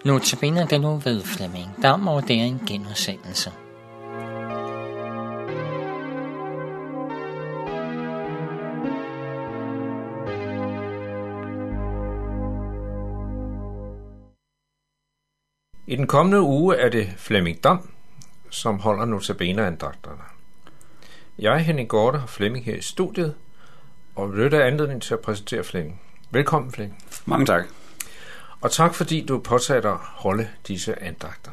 Notabene den nu ved Flemming Dam, og det er en genudsendelse. I den kommende uge er det Flemming Dam, som holder notabeneandagterne. Jeg, Henning Gorte, har Flemming her i studiet, og vil have anledning til at præsentere Flemming. Velkommen, Flemming. Mange tak. Og tak, fordi du påtager dig at holde disse andagter.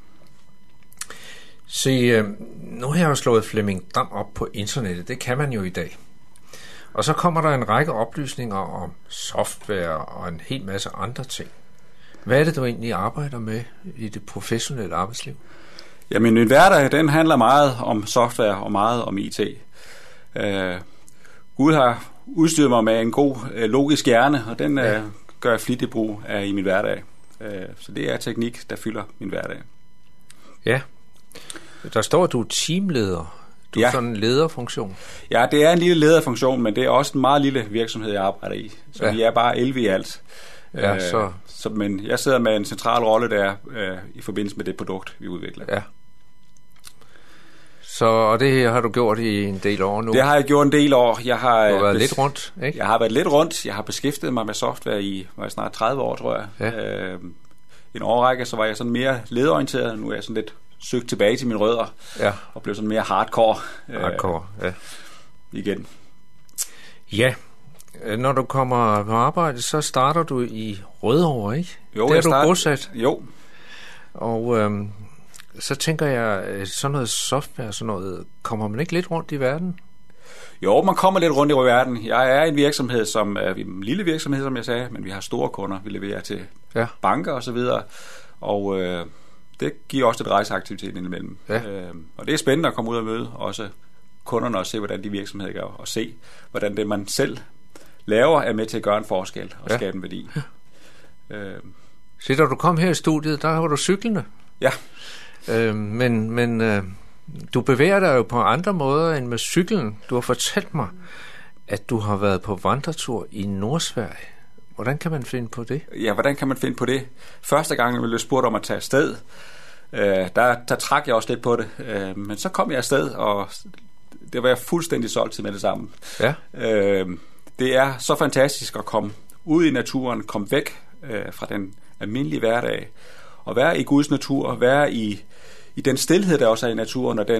Se, nu har jeg jo slået Flemming Dam op på internettet. Det kan man jo i dag. Og så kommer der en række oplysninger om software og en hel masse andre ting. Hvad er det, du egentlig arbejder med i det professionelle arbejdsliv? Jamen, min hverdag, den handler meget om software og meget om IT. Gud har udstyret mig med en god logisk hjerne, og den gør jeg flittigt brug af i min hverdag. Så det er teknik, der fylder min hverdag. Ja. Der står, at du er teamleder. Du er sådan en lederfunktion. Ja, det er en lille lederfunktion, men det er også en meget lille virksomhed, jeg arbejder i. Så vi er bare 11 i alt. Ja, men jeg sidder med en central rolle der i forbindelse med det produkt, vi udvikler. Ja. Og det her har du gjort i en del år nu? Det har jeg gjort en del år. Du har været lidt rundt, ikke? Jeg har været lidt rundt. Jeg har beskæftiget mig med software i snart 30 år, tror jeg. Ja. En årrække, så var jeg sådan mere lederorienteret. Nu er jeg sådan lidt søgt tilbage til mine rødder. Ja. Og blev sådan mere hardcore. Ja. Igen. Ja. Når du kommer på arbejde, så starter du i Rødovre, ikke? Jo, der er du bosat. Jo. Og så tænker jeg, sådan noget software, sådan noget, kommer man ikke lidt rundt i verden? Jo, man kommer lidt rundt i verden. Jeg er en virksomhed, som er en lille virksomhed, som jeg sagde, men vi har store kunder. Vi leverer til banker og så videre. Og det giver også lidt rejseaktivitet indimellem. Ja. Og det er spændende at komme ud og møde også kunderne og se, hvordan de virksomheder gør, og se, hvordan det, man selv laver, er med til at gøre en forskel og skabe en værdi. Så da du kom her i studiet, der var du cyklende. Ja. Men du bevæger dig jo på andre måder end med cyklen. Du har fortalt mig, at du har været på vandretur i Nordsverige. Hvordan kan man finde på det? Ja, hvordan kan man finde på det? Første gang, jeg blev spurgt om at tage afsted, der trak jeg også lidt på det. Men så kom jeg afsted, og det var jeg fuldstændig solgt til med det samme. Ja. Det er så fantastisk at komme ud i naturen, komme væk fra den almindelige hverdag, og være i Guds natur, og være i den stilhed, der også er i naturen, og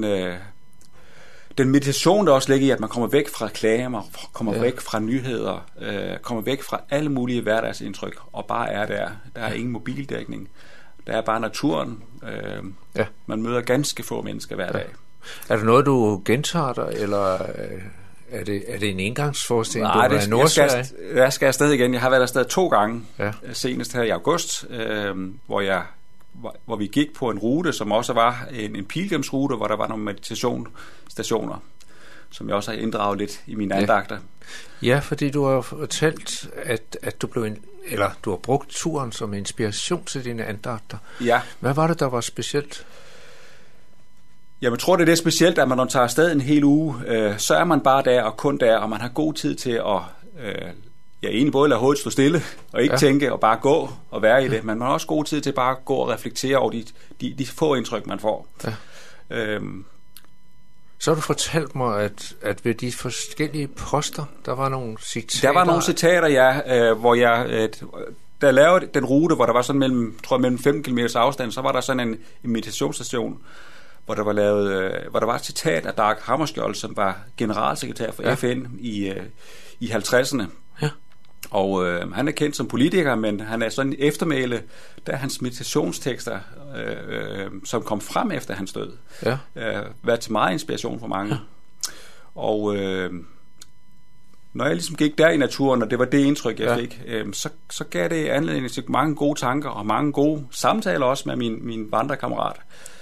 den meditation, der også ligger i, at man kommer væk fra reklamer, kommer væk fra nyheder, kommer væk fra alle mulige hverdagsindtryk, og bare er der. Der er ingen mobildækning. Der er bare naturen. Man møder ganske få mennesker hver dag. Er det noget, du gentager dig, eller er det en engangsforestilling? Nej, jeg skal afsted igen. Jeg har været afsted 2 gange. Ja. Senest her i august, hvor vi gik på en rute, som også var en pilgrimsrute, hvor der var nogle meditationsstationer, som jeg også har inddraget lidt i mine andagter. Ja, fordi du har fortalt, at du har brugt turen som inspiration til dine andagter. Ja. Hvad var det, der var specielt? Jeg tror, det er specielt, at man når man tager afsted en hel uge, så er man bare der og kun der, og man har god tid til at egentlig både lade hovedet stå stille og ikke tænke og bare gå og være i det, men man har også god tid til bare at gå og reflektere over de få indtryk, man får. Ja. Så har du fortalt mig, at ved de forskellige poster, der var nogle citater. Der var nogle citater, hvor jeg der lavede den rute, hvor der var sådan mellem 5 km afstand, så var der sådan en meditationsstation, hvor der var et citat af Dag Hammarskjöld, som var generalsekretær for FN i 50'erne. Ja. Og han er kendt som politiker, men han er sådan en eftermæle, der er hans meditationstekster, som kom frem efter hans død. Ja. Været til meget inspiration for mange. Ja. Og når jeg ligesom gik der i naturen, og det var det indtryk, jeg fik, så gav det anledning til mange gode tanker og mange gode samtaler også med min vandrekammerat.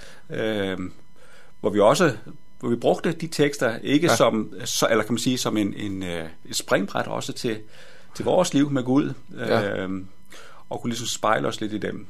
Hvor vi brugte de tekster ikke som, eller kan man sige, som et springbræt også til vores liv med Gud, og kunne ligesom spejle os lidt i dem.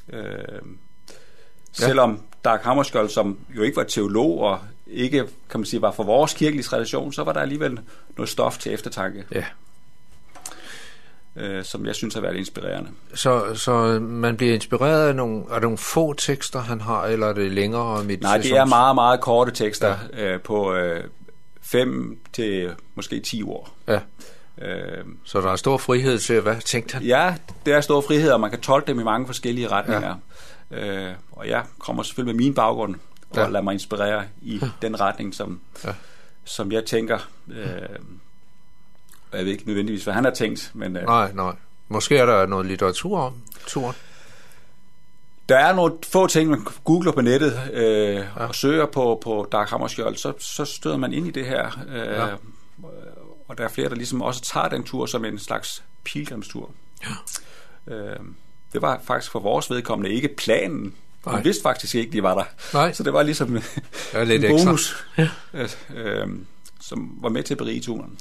Selvom Dag Hammarskjöld, som jo ikke var teolog og ikke, kan man sige, var for vores kirkelige tradition, så var der alligevel noget stof til eftertanke. Ja. som jeg synes har været inspirerende. Så man bliver inspireret af nogle få tekster, han har, eller er det længere meditations? Nej, det er meget, meget korte tekster på 5 til måske 10 ord. Ja. Så der er stor frihed til, hvad tænkte han? Ja, der er stor frihed, og man kan tolke dem i mange forskellige retninger. Og jeg kommer selvfølgelig med min baggrund og lader mig inspirere i den retning, som jeg tænker. Jeg ved ikke nødvendigvis, hvad han har tænkt. Men, nej. Måske er der noget litteratur om turen. Der er nogle få ting, man googler på nettet og søger på Dag Hammarskjöld, så støder man ind i det her. Og der er flere, der ligesom også tager den tur som en slags pilgrimstur. Ja. Det var faktisk for vores vedkommende ikke planen. Vi vidste faktisk ikke, de var der. Nej. Så det var ligesom en bonus, som var med til at berige turen.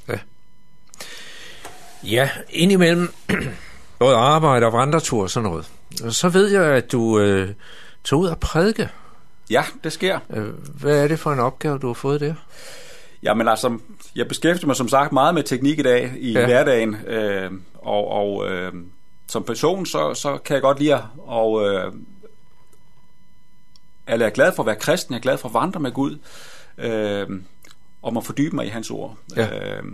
Ja, indimellem både arbejde og vandretur og sådan noget. Så ved jeg, at du tog ud og prædike. Ja, det sker. Hvad er det for en opgave, du har fået der? Jamen altså, jeg beskæftiger mig som sagt meget med teknik i dag i hverdagen, og som person, så kan jeg godt lide jeg er glad for at være kristen, jeg er glad for at vandre med Gud, og må fordybe mig i hans ord. Ja.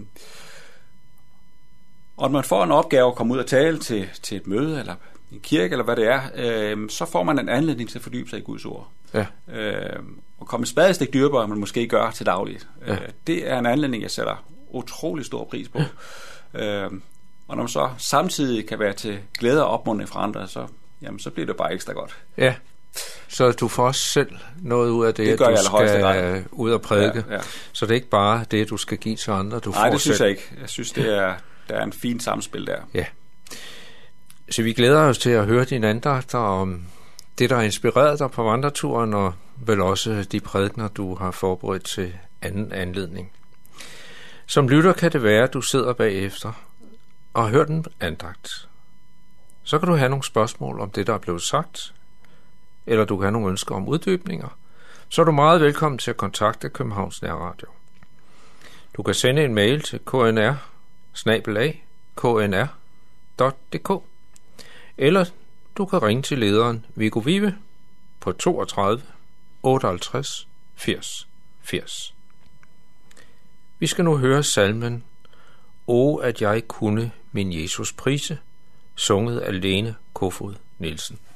Og når man får en opgave at komme ud og tale til et møde, eller en kirke, eller hvad det er, så får man en anledning til at fordybe sig i Guds ord. Ja. Og komme et spadestik dybere, man måske gør til dagligt. Ja. Det er en anledning, jeg sætter utrolig stor pris på. Og når man så samtidig kan være til glæde og opmuntring fra andre, så bliver det bare ekstra godt. Ja, så du får også selv noget ud af det at du skal ud og prædike. Ja. Så det er ikke bare det, du skal give til andre. Nej, det synes jeg ikke. Jeg synes, der er en fin samspil der. Ja. Så vi glæder os til at høre dine andagter om det, der har inspireret dig på vandreturen, og vel også de prædikener, du har forberedt til anden anledning. Som lytter kan det være, at du sidder bagefter og har hørt en andagt. Så kan du have nogle spørgsmål om det, der er blevet sagt, eller du kan have nogle ønsker om uddybninger, så er du meget velkommen til at kontakte Københavns Nærradio. Du kan sende en mail til knr@knr.dk, eller du kan ringe til lederen Viggo Vive på 32 58 80 80. Vi skal nu høre salmen O, at jeg kunne min Jesus prise, sunget af Lene Kofod Nielsen.